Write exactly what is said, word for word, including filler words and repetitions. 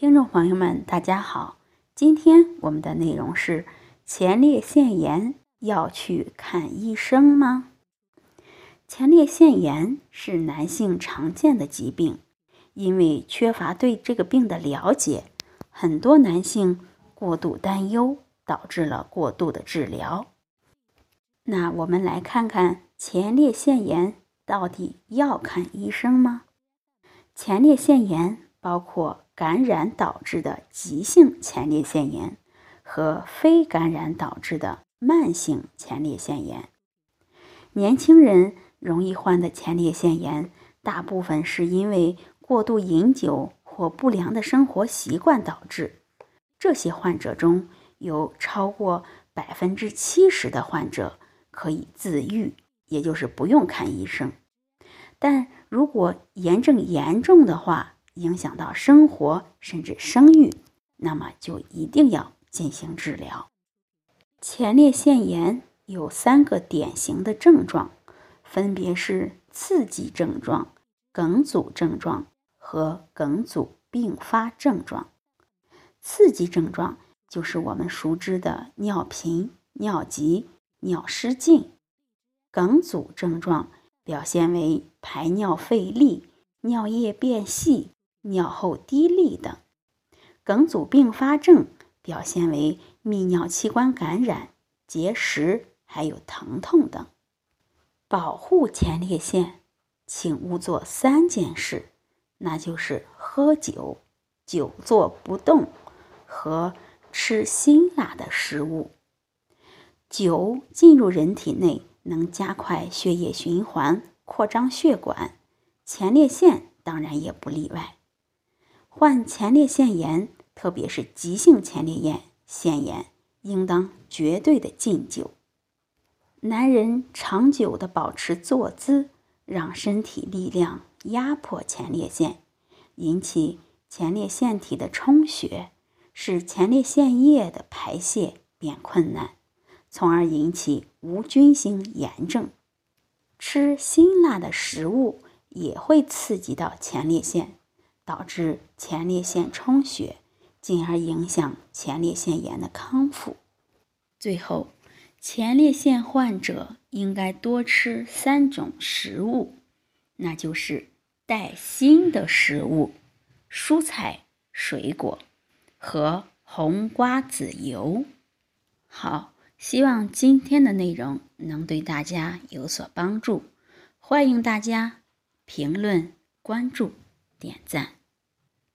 听众朋友们，大家好，今天我们的内容是前列腺炎要去看医生吗？前列腺炎是男性常见的疾病，因为缺乏对这个病的了解，很多男性过度担忧，导致了过度的治疗。那我们来看看前列腺炎到底要看医生吗？前列腺炎包括感染导致的急性前列腺炎和非感染导致的慢性前列腺炎。年轻人容易患的前列腺炎，大部分是因为过度饮酒或不良的生活习惯导致。这些患者中有超过百分之七十的患者可以自愈，也就是不用看医生。但如果炎症严重的话，影响到生活甚至生育，那么就一定要进行治疗。前列腺炎有三个典型的症状，分别是刺激症状、梗阻症状和梗阻并发症状。刺激症状就是我们熟知的尿频、尿急、尿失禁。梗阻症状表现为排尿费力、尿液变细、尿后滴沥等。梗阻并发症表现为泌尿器官感染、结石，还有疼痛等。保护前列腺，请勿做三件事，那就是喝酒、久坐不动和吃辛辣的食物。酒进入人体内能加快血液循环，扩张血管，前列腺当然也不例外。患前列腺炎，特别是急性前列腺炎，应当绝对的禁酒。男人长久的保持坐姿，让身体力量压迫前列腺，引起前列腺体的充血，使前列腺液的排泄变困难，从而引起无菌性炎症。吃辛辣的食物也会刺激到前列腺，导致前列腺充血，进而影响前列腺炎的康复。最后，前列腺患者应该多吃三种食物，那就是带锌的食物、蔬菜、水果和红瓜子油。好，希望今天的内容能对大家有所帮助，欢迎大家评论、关注、点赞。